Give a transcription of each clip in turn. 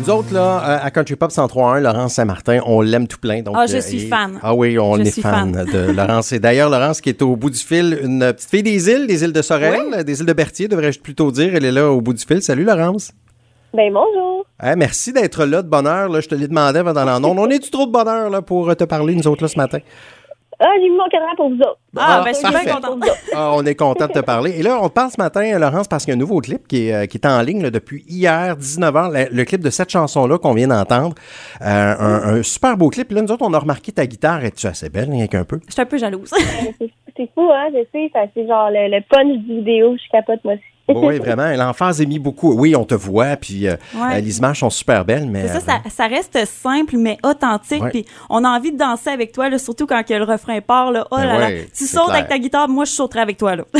Nous autres, là, à Country Pop 103.1, Laurence Saint-Martin, on l'aime tout plein. Donc, je suis fan. Ah oui, on est fan de Laurence. Et d'ailleurs, Laurence qui est au bout du fil, une petite fille des îles de Sorel, des îles de Berthier, devrais-je plutôt dire. Elle est là au bout du fil. Salut, Laurence. Ben bonjour. Merci d'être là de bonne heure. Là, je te l'ai demandé avant dans l'annonce. On est-tu trop de bonne heure là, pour te parler, nous autres, là, ce matin? J'ai mis mon cadran pour vous autres. Je suis bien contente. On est content de te parler. Et là, on te parle ce matin, Laurence, parce qu'il y a un nouveau clip qui est en ligne là, depuis hier, 19h. Le clip de cette chanson-là qu'on vient d'entendre. Un super beau clip. Là, nous autres, on a remarqué ta guitare. Es-tu assez belle, rien qu'un peu? Je suis un peu jalouse. C'est fou, hein? Je sais, c'est genre le punch du vidéo. Je capote, moi aussi. Oui, vraiment. L'emphase est mis beaucoup. Oui, on te voit, puis les images sont super belles, mais... C'est ça reste simple, mais authentique, puis on a envie de danser avec toi, là, surtout quand que le refrain part, là. Oh là là, tu sautes avec ta guitare, moi, je sauterai avec toi, là.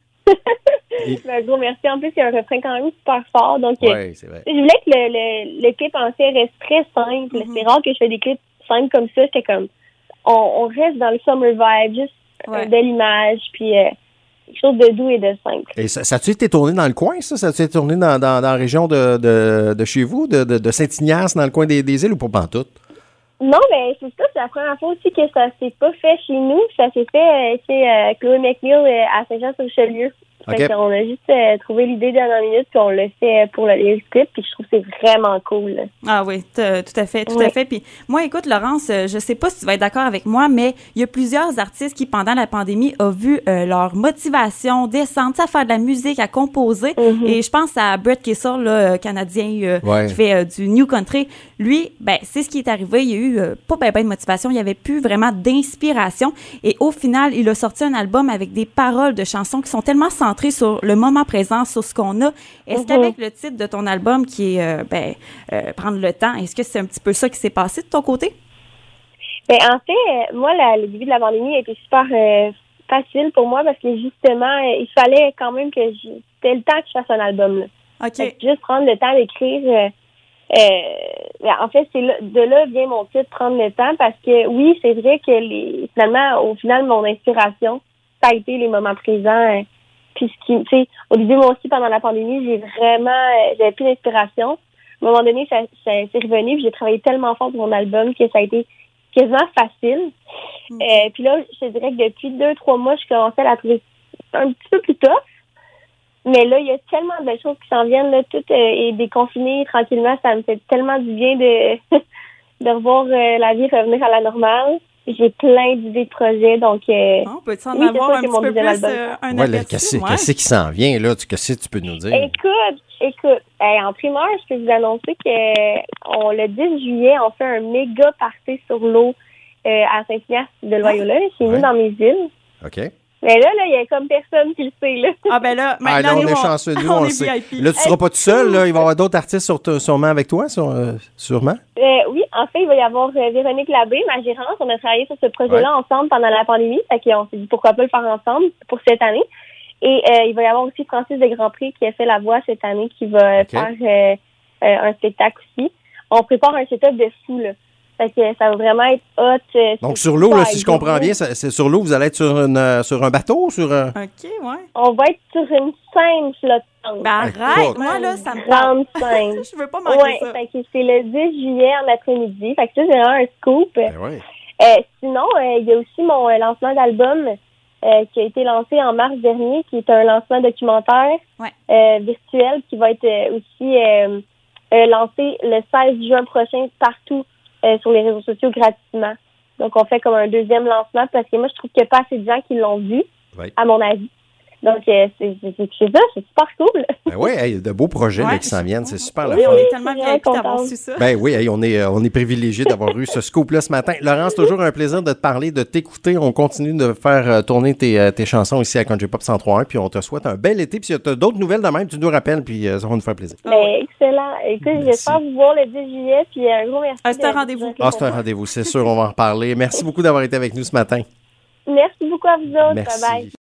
Un gros merci. En plus, il y a un refrain quand même super fort, donc c'est vrai. Je voulais que le clip en fait reste très simple. Mm-hmm. C'est rare que je fais des clips simples comme ça. C'était comme, on reste dans le summer vibe, juste de l'image, puis... quelque chose de doux et de simple. Et ça a-tu été tourné dans le coin, ça? Ça a-tu été tourné dans la région de chez vous, de Saint-Ignace, dans le coin des îles ou pas pantoute? Non, mais c'est ça. C'est la première fois aussi que ça s'est pas fait chez nous. Ça s'est fait chez Chloé McNeil à Saint-Jean-sur-Richelieu. Okay. On a juste trouvé l'idée dernière minute, puis on l'a fait pour le clip, puis je trouve que c'est vraiment cool. Ah oui, tout à fait. Puis moi, écoute, Laurence, je sais pas si tu vas être d'accord avec moi, mais il y a plusieurs artistes qui, pendant la pandémie, ont vu leur motivation descendre, à faire de la musique, à composer. Mm-hmm. Et je pense à Brett Kessel, là, canadien, qui fait du New Country. Lui, c'est ce qui est arrivé. Il y a eu pas de motivation. Il n'y avait plus vraiment d'inspiration. Et au final, il a sorti un album avec des paroles de chansons qui sont tellement centrées sur le moment présent, sur ce qu'on a. Est-ce qu'avec le titre de ton album qui est Prendre le temps, est-ce que c'est un petit peu ça qui s'est passé de ton côté? En fait, moi, le début de la pandémie a été super facile pour moi parce que justement, il fallait quand même que c'était le temps que je fasse un album. Là. OK. Juste prendre le temps d'écrire. En fait, de là vient mon titre Prendre le temps parce que oui, c'est vrai que finalement, au final, mon inspiration, ça a été les moments présents. Puis au début, moi aussi, pendant la pandémie, j'avais plus d'inspiration. À un moment donné, ça s'est revenu, puis j'ai travaillé tellement fort pour mon album que ça a été quasiment facile. Puis là, je te dirais que depuis 2-3 mois, je commençais à la trouver un petit peu plus tough. Mais là, il y a tellement de belles choses qui s'en viennent, là, tout est déconfiné tranquillement. Ça me fait tellement du bien de revoir la vie revenir à la normale. J'ai plein d'idées de projets, donc... on peut en avoir un petit peu plus un aperçu? Qu'est-ce qui s'en vient, là? Qu'est-ce que tu peux nous dire? Écoute, en primaire, je peux vous annoncer que le 10 juillet, on fait un méga party sur l'eau à Saint-Ignace de Loyola, chez nous, dans mes îles. OK. Mais là, il y a comme personne qui le sait, là. Là, maintenant, on est chanceux, nous, on le sait. VIP. Là, tu seras pas tout seul, là. Il va y avoir d'autres artistes sûrement avec toi, sûrement? Oui, en fait, il va y avoir Véronique Labbé, ma gérante. On a travaillé sur ce projet-là ensemble pendant la pandémie. Fait qu'on s'est dit pourquoi pas le faire ensemble pour cette année. Et il va y avoir aussi Francis de Grandpré qui a fait la voix cette année, qui va faire un spectacle aussi. On prépare un setup de fou, là. Fait que ça va vraiment être hot. Donc, sur l'eau, là, si je comprends bien, c'est sur l'eau, vous allez être sur un bateau? OK, ouais. On va être sur une scène flottante. Arrête! Moi, là, ça me grande scène. Je veux pas manquer ça. Fait que c'est le 10 juillet en après-midi. Fait que ça, c'est vraiment un scoop. Sinon, il y a aussi mon lancement d'album qui a été lancé en mars dernier, qui est un lancement documentaire virtuel qui va être aussi lancé le 16 juin prochain partout sur les réseaux sociaux gratuitement. Donc, on fait comme un deuxième lancement parce que moi, je trouve qu'il n'y a pas assez de gens qui l'ont vu, à mon avis. Donc, c'est super cool. Il y a de beaux projets qui s'en viennent. C'est super le fun. On est tellement VIP d'avoir su ça. On est privilégiés d'avoir eu ce scoop-là ce matin. Laurence, toujours un plaisir de te parler, de t'écouter. On continue de faire tourner tes chansons ici à Country Pop 103.1. Puis on te souhaite un bel été. Puis si tu as d'autres nouvelles de même, tu nous rappelles. Puis ça va nous faire plaisir. Excellent. Écoute, j'espère vous voir le 10 juillet. Puis un gros merci. C'est un rendez-vous. C'est un rendez-vous. C'est sûr, on va en reparler. Merci beaucoup d'avoir été avec nous ce matin. Merci beaucoup à vous autres. Merci. Bye bye.